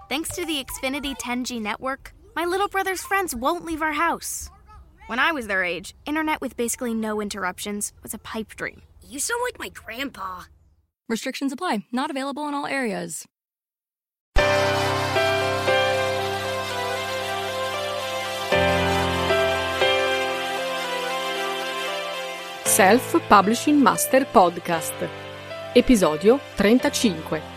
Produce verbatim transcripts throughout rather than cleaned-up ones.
Thanks to the Xfinity ten G network, my little brother's friends won't leave our house. When I was their age, internet with basically no interruptions was a pipe dream. You sound like my grandpa. Restrictions apply. Not available in all areas. Self Publishing Master Podcast, episodio trentacinque.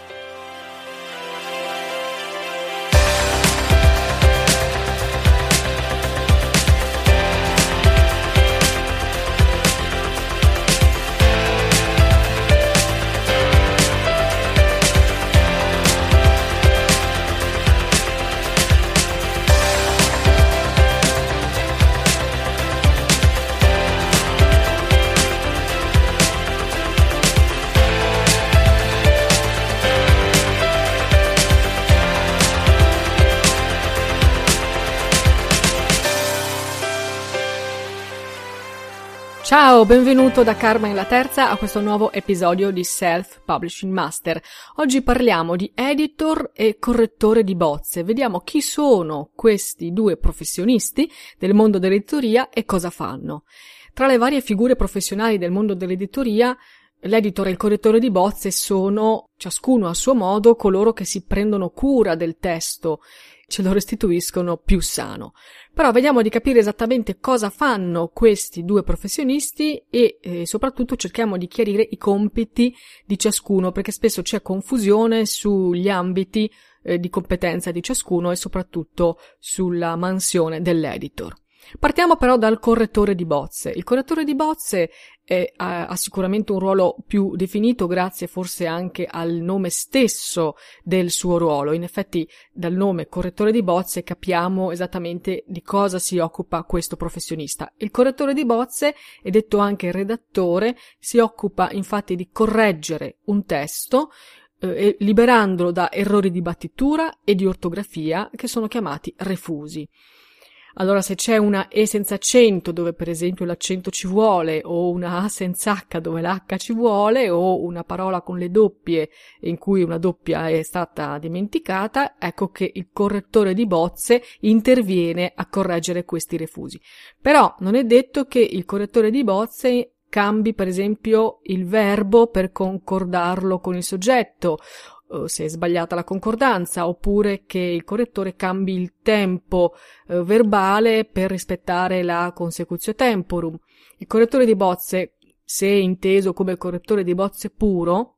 Ciao, benvenuto da Carmen la Terza a questo nuovo episodio di Self Publishing Master. Oggi parliamo di editor e correttore di bozze. Vediamo chi sono questi due professionisti del mondo dell'editoria e cosa fanno. Tra le varie figure professionali del mondo dell'editoria, l'editor e il correttore di bozze sono, ciascuno a suo modo, coloro che si prendono cura del testo, ce lo restituiscono più sano. Però vediamo di capire esattamente cosa fanno questi due professionisti e eh, soprattutto cerchiamo di chiarire i compiti di ciascuno, perché spesso c'è confusione sugli ambiti eh, di competenza di ciascuno e soprattutto sulla mansione dell'editor. Partiamo però dal correttore di bozze. Il correttore di bozze è, ha, ha sicuramente un ruolo più definito grazie forse anche al nome stesso del suo ruolo. In effetti dal nome correttore di bozze capiamo esattamente di cosa si occupa questo professionista. Il correttore di bozze, è detto anche redattore, si occupa infatti di correggere un testo eh, liberandolo da errori di battitura e di ortografia che sono chiamati refusi. Allora, se c'è una E senza accento dove per esempio l'accento ci vuole, o una A senza H dove l'H ci vuole, o una parola con le doppie in cui una doppia è stata dimenticata, ecco che il correttore di bozze interviene a correggere questi refusi. Però non è detto che il correttore di bozze cambi per esempio il verbo per concordarlo con il soggetto, se è sbagliata la concordanza, oppure che il correttore cambi il tempo eh, verbale per rispettare la consecutio temporum. Il correttore di bozze, se inteso come correttore di bozze puro,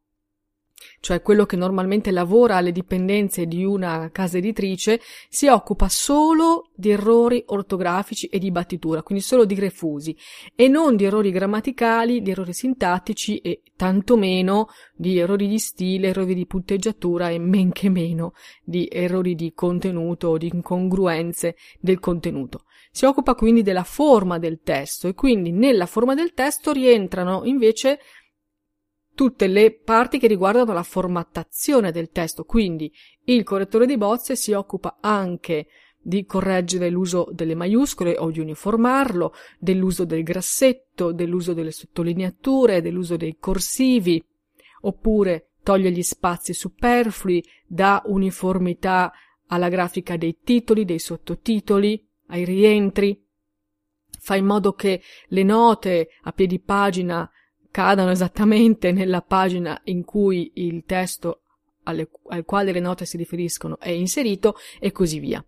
cioè quello che normalmente lavora alle dipendenze di una casa editrice, si occupa solo di errori ortografici e di battitura, quindi solo di refusi, e non di errori grammaticali, di errori sintattici e tantomeno di errori di stile, errori di punteggiatura e men che meno di errori di contenuto o di incongruenze del contenuto. Si occupa quindi della forma del testo e quindi nella forma del testo rientrano invece tutte le parti che riguardano la formattazione del testo, quindi il correttore di bozze si occupa anche di correggere l'uso delle maiuscole o di uniformarlo, dell'uso del grassetto, dell'uso delle sottolineature, dell'uso dei corsivi, oppure toglie gli spazi superflui, dà uniformità alla grafica dei titoli, dei sottotitoli, ai rientri, fa in modo che le note a piedi pagina cadano esattamente nella pagina in cui il testo alle, al quale le note si riferiscono è inserito e così via.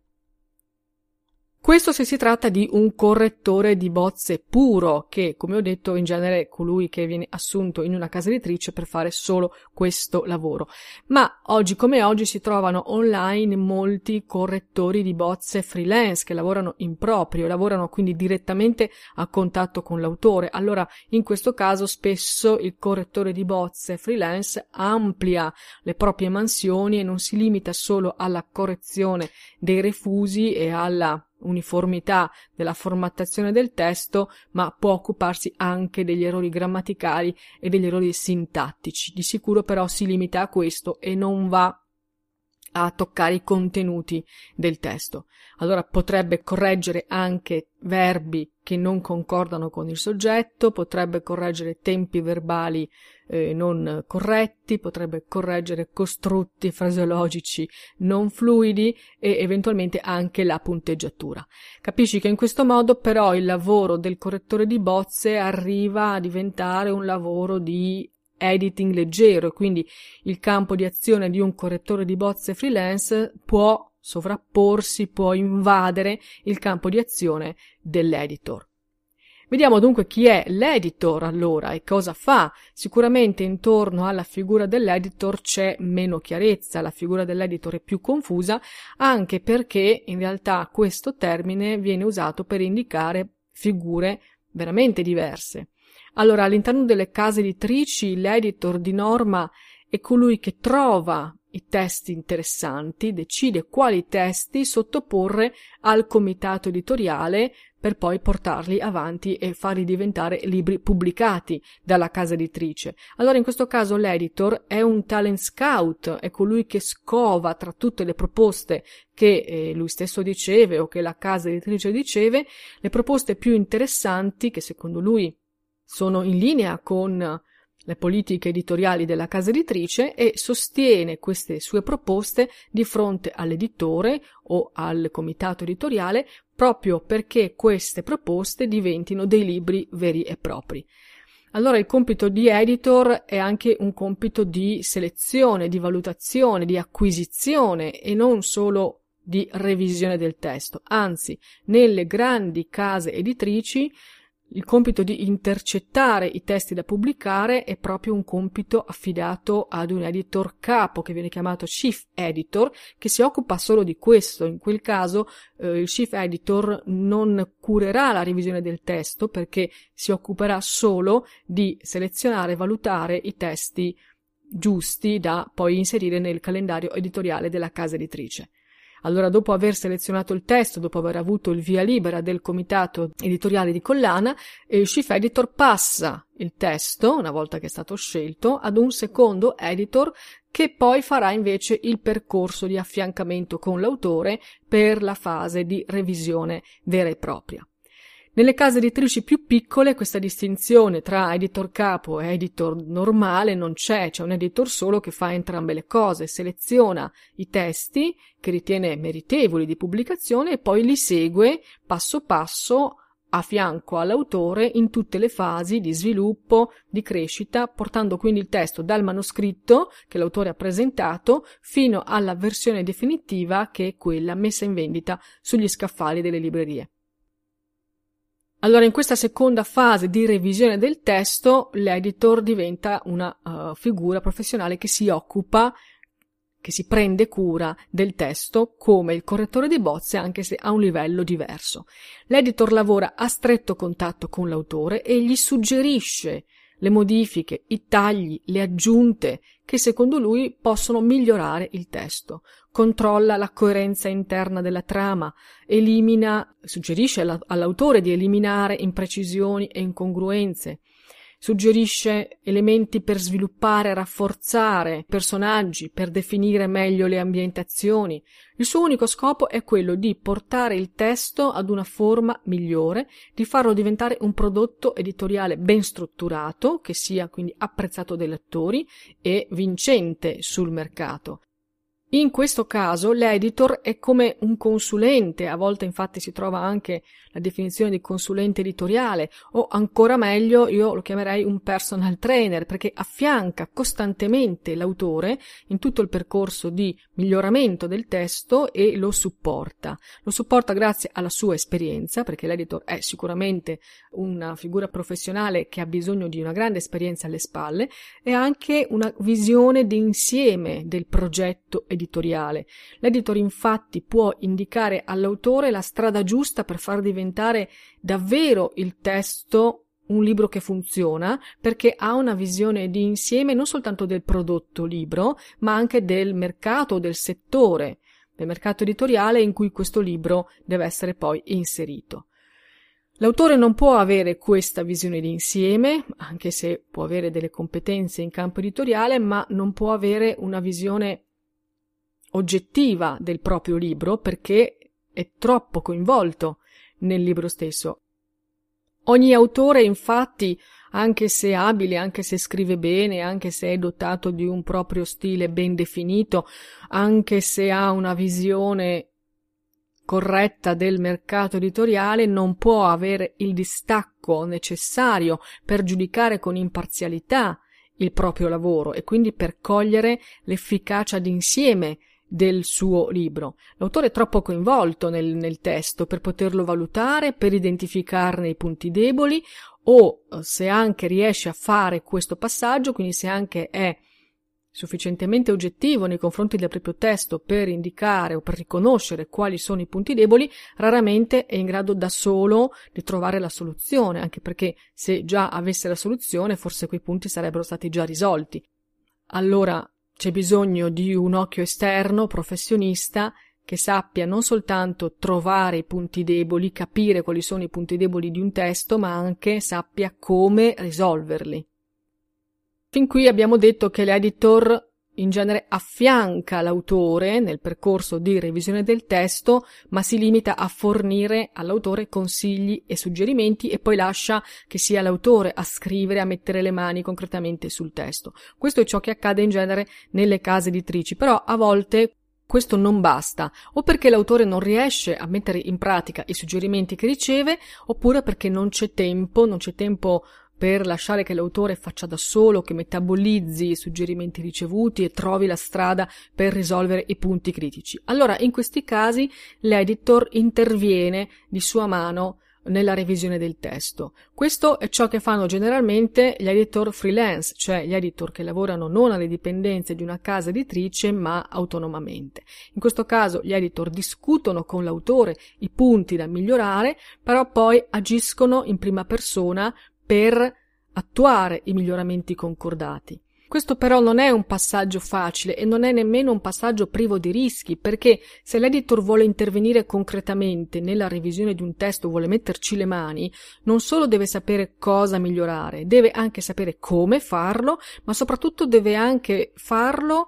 Questo se si tratta di un correttore di bozze puro, che, come ho detto, in genere è colui che viene assunto in una casa editrice per fare solo questo lavoro. Ma oggi come oggi si trovano online molti correttori di bozze freelance che lavorano in proprio, lavorano quindi direttamente a contatto con l'autore. Allora, in questo caso spesso il correttore di bozze freelance amplia le proprie mansioni e non si limita solo alla correzione dei refusi e alla uniformità della formattazione del testo, ma può occuparsi anche degli errori grammaticali e degli errori sintattici. Di sicuro però si limita a questo e non va a toccare i contenuti del testo. Allora potrebbe correggere anche verbi che non concordano con il soggetto, potrebbe correggere tempi verbali eh, non corretti, potrebbe correggere costrutti fraseologici non fluidi e eventualmente anche la punteggiatura. Capisci che in questo modo però il lavoro del correttore di bozze arriva a diventare un lavoro di editing leggero, e quindi il campo di azione di un correttore di bozze freelance può sovrapporsi, può invadere il campo di azione dell'editor. Vediamo dunque chi è l'editor allora e cosa fa. Sicuramente intorno alla figura dell'editor c'è meno chiarezza, la figura dell'editor è più confusa, anche perché in realtà questo termine viene usato per indicare figure veramente diverse. Allora, all'interno delle case editrici, l'editor di norma è colui che trova i testi interessanti, decide quali testi sottoporre al comitato editoriale per poi portarli avanti e farli diventare libri pubblicati dalla casa editrice. Allora in questo caso l'editor è un talent scout, è colui che scova tra tutte le proposte che eh, lui stesso riceve o che la casa editrice riceve, le proposte più interessanti che secondo lui sono in linea con le politiche editoriali della casa editrice e sostiene queste sue proposte di fronte all'editore o al comitato editoriale proprio perché queste proposte diventino dei libri veri e propri. Allora il compito di editor è anche un compito di selezione, di valutazione, di acquisizione e non solo di revisione del testo. Anzi, nelle grandi case editrici il compito di intercettare i testi da pubblicare è proprio un compito affidato ad un editor capo che viene chiamato chief editor, che si occupa solo di questo. In quel caso eh, il chief editor non curerà la revisione del testo perché si occuperà solo di selezionare e valutare i testi giusti da poi inserire nel calendario editoriale della casa editrice. Allora, dopo aver selezionato il testo, dopo aver avuto il via libera del comitato editoriale di collana, il chief editor passa il testo, una volta che è stato scelto, ad un secondo editor che poi farà invece il percorso di affiancamento con l'autore per la fase di revisione vera e propria. Nelle case editrici più piccole questa distinzione tra editor capo e editor normale non c'è, c'è un editor solo che fa entrambe le cose, seleziona i testi che ritiene meritevoli di pubblicazione e poi li segue passo passo a fianco all'autore in tutte le fasi di sviluppo, di crescita, portando quindi il testo dal manoscritto che l'autore ha presentato fino alla versione definitiva che è quella messa in vendita sugli scaffali delle librerie. Allora, in questa seconda fase di revisione del testo, l'editor diventa una uh, figura professionale che si occupa, che si prende cura del testo come il correttore di bozze, anche se a un livello diverso. L'editor lavora a stretto contatto con l'autore e gli suggerisce le modifiche, i tagli, le aggiunte che secondo lui possono migliorare il testo. Controlla la coerenza interna della trama, elimina, suggerisce all'autore di eliminare imprecisioni e incongruenze, suggerisce elementi per sviluppare e rafforzare personaggi, per definire meglio le ambientazioni. Il suo unico scopo è quello di portare il testo ad una forma migliore, di farlo diventare un prodotto editoriale ben strutturato, che sia quindi apprezzato dai lettori e vincente sul mercato. In questo caso l'editor è come un consulente, a volte infatti si trova anche la definizione di consulente editoriale, o ancora meglio io lo chiamerei un personal trainer, perché affianca costantemente l'autore in tutto il percorso di miglioramento del testo e lo supporta. Lo supporta grazie alla sua esperienza, perché l'editor è sicuramente una figura professionale che ha bisogno di una grande esperienza alle spalle, e anche una visione d'insieme del progetto editoriale. L'editor infatti può indicare all'autore la strada giusta per far diventare davvero il testo un libro che funziona, perché ha una visione di insieme non soltanto del prodotto libro, ma anche del mercato, del settore, del mercato editoriale in cui questo libro deve essere poi inserito. L'autore non può avere questa visione di insieme, anche se può avere delle competenze in campo editoriale, ma non può avere una visione oggettiva del proprio libro perché è troppo coinvolto nel libro stesso. Ogni autore, infatti, anche se abile, anche se scrive bene, anche se è dotato di un proprio stile ben definito, anche se ha una visione corretta del mercato editoriale, non può avere il distacco necessario per giudicare con imparzialità il proprio lavoro e quindi per cogliere l'efficacia d'insieme del suo libro. L'autore è troppo coinvolto nel, nel testo per poterlo valutare, per identificarne i punti deboli, o se anche riesce a fare questo passaggio, quindi se anche è sufficientemente oggettivo nei confronti del proprio testo per indicare o per riconoscere quali sono i punti deboli, raramente è in grado da solo di trovare la soluzione, anche perché se già avesse la soluzione forse quei punti sarebbero stati già risolti. Allora c'è bisogno di un occhio esterno, professionista, che sappia non soltanto trovare i punti deboli, capire quali sono i punti deboli di un testo, ma anche sappia come risolverli. Fin qui abbiamo detto che l'editor in genere affianca l'autore nel percorso di revisione del testo, ma si limita a fornire all'autore consigli e suggerimenti e poi lascia che sia l'autore a scrivere, a mettere le mani concretamente sul testo. Questo è ciò che accade in genere nelle case editrici, però a volte questo non basta, o perché l'autore non riesce a mettere in pratica i suggerimenti che riceve, oppure perché non c'è tempo, non c'è tempo per lasciare che l'autore faccia da solo, che metabolizzi i suggerimenti ricevuti e trovi la strada per risolvere i punti critici. Allora, in questi casi, l'editor interviene di sua mano nella revisione del testo. Questo è ciò che fanno generalmente gli editor freelance, cioè gli editor che lavorano non alle dipendenze di una casa editrice ma autonomamente. In questo caso gli editor discutono con l'autore i punti da migliorare, però poi agiscono in prima persona per attuare i miglioramenti concordati. Questo però non è un passaggio facile e non è nemmeno un passaggio privo di rischi, perché se l'editor vuole intervenire concretamente nella revisione di un testo, vuole metterci le mani, non solo deve sapere cosa migliorare, deve anche sapere come farlo, ma soprattutto deve anche farlo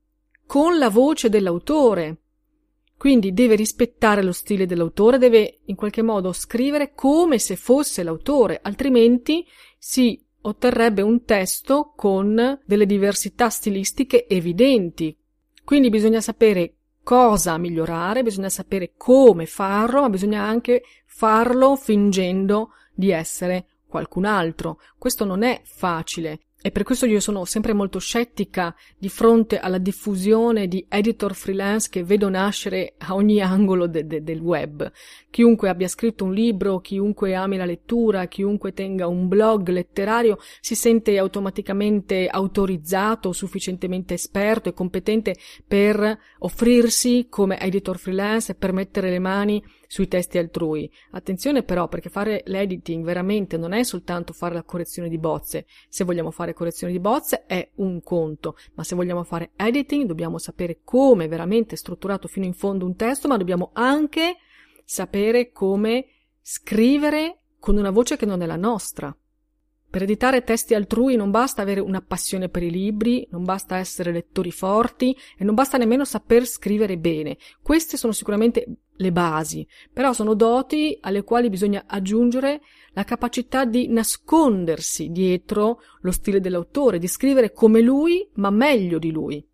con la voce dell'autore. Quindi deve rispettare lo stile dell'autore, deve in qualche modo scrivere come se fosse l'autore, altrimenti si otterrebbe un testo con delle diversità stilistiche evidenti. Quindi bisogna sapere cosa migliorare, bisogna sapere come farlo, ma bisogna anche farlo fingendo di essere qualcun altro. Questo non è facile. E per questo io sono sempre molto scettica di fronte alla diffusione di editor freelance che vedo nascere a ogni angolo de- de- del web. Chiunque abbia scritto un libro, chiunque ami la lettura, chiunque tenga un blog letterario si sente automaticamente autorizzato, sufficientemente esperto e competente per offrirsi come editor freelance e per mettere le mani sui testi altrui. Attenzione però, perché fare l'editing veramente non è soltanto fare la correzione di bozze. Se vogliamo fare correzione di bozze è un conto, ma se vogliamo fare editing dobbiamo sapere come è veramente strutturato fino in fondo un testo, ma dobbiamo anche sapere come scrivere con una voce che non è la nostra. Per editare testi altrui non basta avere una passione per i libri, non basta essere lettori forti e non basta nemmeno saper scrivere bene. Queste sono sicuramente le basi, però sono doti alle quali bisogna aggiungere la capacità di nascondersi dietro lo stile dell'autore, di scrivere come lui, ma meglio di lui.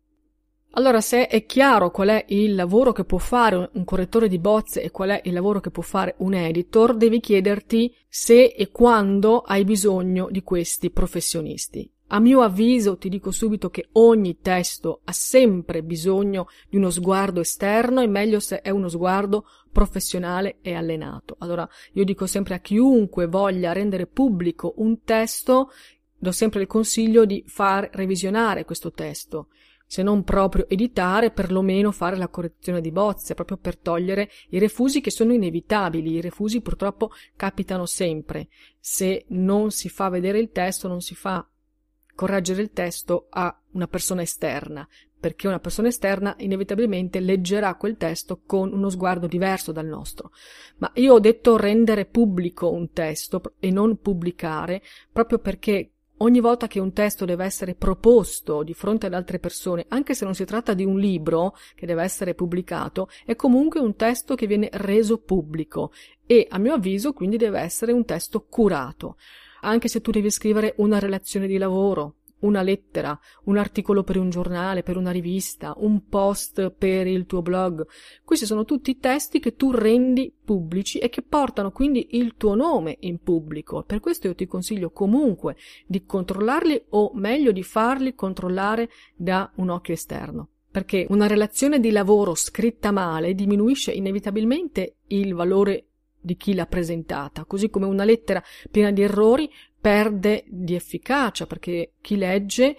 Allora, se è chiaro qual è il lavoro che può fare un correttore di bozze e qual è il lavoro che può fare un editor, devi chiederti se e quando hai bisogno di questi professionisti. A mio avviso ti dico subito che ogni testo ha sempre bisogno di uno sguardo esterno e meglio se è uno sguardo professionale e allenato. Allora io dico sempre a chiunque voglia rendere pubblico un testo, do sempre il consiglio di far revisionare questo testo, se non proprio editare, perlomeno fare la correzione di bozze, proprio per togliere i refusi che sono inevitabili. I refusi purtroppo capitano sempre. Se non si fa vedere il testo, non si fa correggere il testo a una persona esterna, perché una persona esterna inevitabilmente leggerà quel testo con uno sguardo diverso dal nostro. Ma io ho detto rendere pubblico un testo e non pubblicare, proprio perché ogni volta che un testo deve essere proposto di fronte ad altre persone, anche se non si tratta di un libro che deve essere pubblicato, è comunque un testo che viene reso pubblico e, a mio avviso, quindi deve essere un testo curato. Anche se tu devi scrivere una relazione di lavoro, una lettera, un articolo per un giornale, per una rivista, un post per il tuo blog. Questi sono tutti testi che tu rendi pubblici e che portano quindi il tuo nome in pubblico. Per questo io ti consiglio comunque di controllarli o meglio di farli controllare da un occhio esterno. Perché una relazione di lavoro scritta male diminuisce inevitabilmente il valore di chi l'ha presentata, così come una lettera piena di errori perde di efficacia, perché chi legge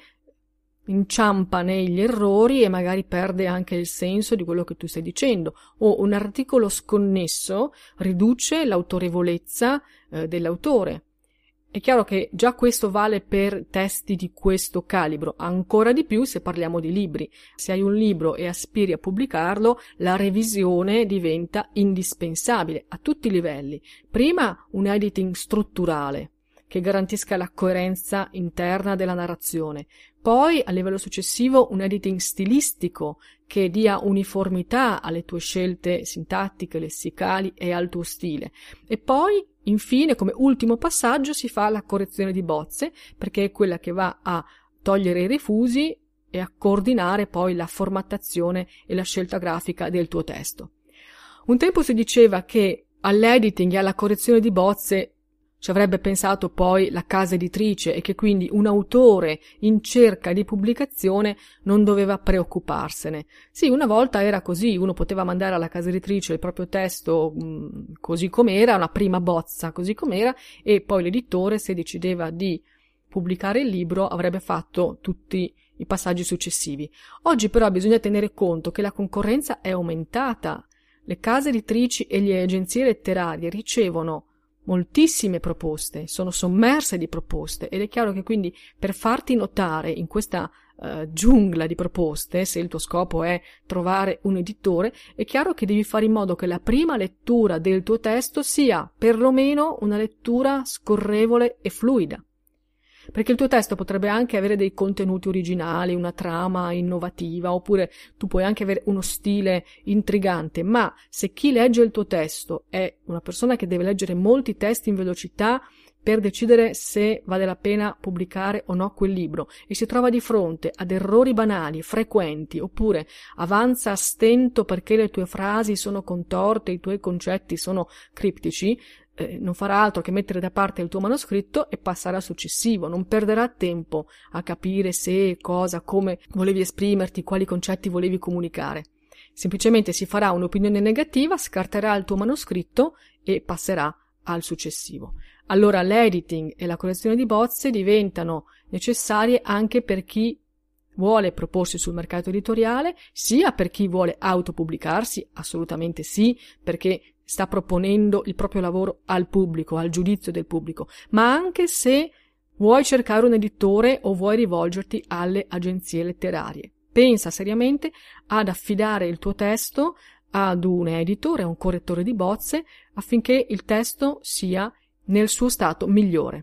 inciampa negli errori e magari perde anche il senso di quello che tu stai dicendo, o un articolo sconnesso riduce l'autorevolezza eh, dell'autore. È chiaro che già questo vale per testi di questo calibro, ancora di più se parliamo di libri. Se hai un libro e aspiri a pubblicarlo, la revisione diventa indispensabile a tutti i livelli. Prima un editing strutturale, che garantisca la coerenza interna della narrazione. Poi, a livello successivo, un editing stilistico che dia uniformità alle tue scelte sintattiche, lessicali e al tuo stile. E poi, infine, come ultimo passaggio, si fa la correzione di bozze, perché è quella che va a togliere i refusi e a coordinare poi la formattazione e la scelta grafica del tuo testo. Un tempo si diceva che all'editing e alla correzione di bozze ci avrebbe pensato poi la casa editrice e che quindi un autore in cerca di pubblicazione non doveva preoccuparsene. Sì, una volta era così, uno poteva mandare alla casa editrice il proprio testo mh, così com'era, una prima bozza così com'era, e poi l'editore, se decideva di pubblicare il libro, avrebbe fatto tutti i passaggi successivi. Oggi però bisogna tenere conto che la concorrenza è aumentata. Le case editrici e le agenzie letterarie ricevono moltissime proposte, sono sommerse di proposte ed è chiaro che quindi per farti notare in questa uh, giungla di proposte, se il tuo scopo è trovare un editore, è chiaro che devi fare in modo che la prima lettura del tuo testo sia perlomeno una lettura scorrevole e fluida. Perché il tuo testo potrebbe anche avere dei contenuti originali, una trama innovativa, oppure tu puoi anche avere uno stile intrigante, ma se chi legge il tuo testo è una persona che deve leggere molti testi in velocità per decidere se vale la pena pubblicare o no quel libro e si trova di fronte ad errori banali, frequenti, oppure avanza a stento perché le tue frasi sono contorte, i tuoi concetti sono criptici, eh, non farà altro che mettere da parte il tuo manoscritto e passare al successivo. Non perderà tempo a capire se, cosa, come volevi esprimerti, quali concetti volevi comunicare. Semplicemente si farà un'opinione negativa, scarterà il tuo manoscritto e passerà al successivo. Allora l'editing e la correzione di bozze diventano necessarie anche per chi vuole proporsi sul mercato editoriale, sia per chi vuole autopubblicarsi, assolutamente sì, perché sta proponendo il proprio lavoro al pubblico, al giudizio del pubblico, ma anche se vuoi cercare un editore o vuoi rivolgerti alle agenzie letterarie. Pensa seriamente ad affidare il tuo testo ad un editore, a un correttore di bozze, affinché il testo sia nel suo stato migliore.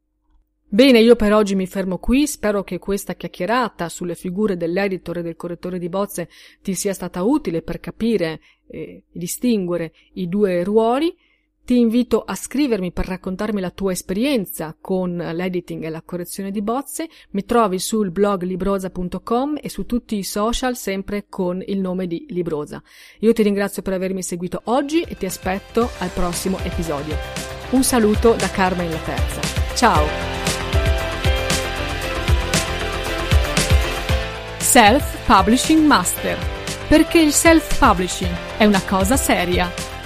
Bene, io per oggi mi fermo qui, spero che questa chiacchierata sulle figure dell'editor e del correttore di bozze ti sia stata utile per capire e distinguere i due ruoli. Ti invito a scrivermi per raccontarmi la tua esperienza con l'editing e la correzione di bozze. Mi trovi sul blog librosa punto com e su tutti i social sempre con il nome di Librosa. Io ti ringrazio per avermi seguito oggi e ti aspetto al prossimo episodio. Un saluto da Carmen la Terza. Ciao! Self Publishing Master. Perché il self-publishing è una cosa seria.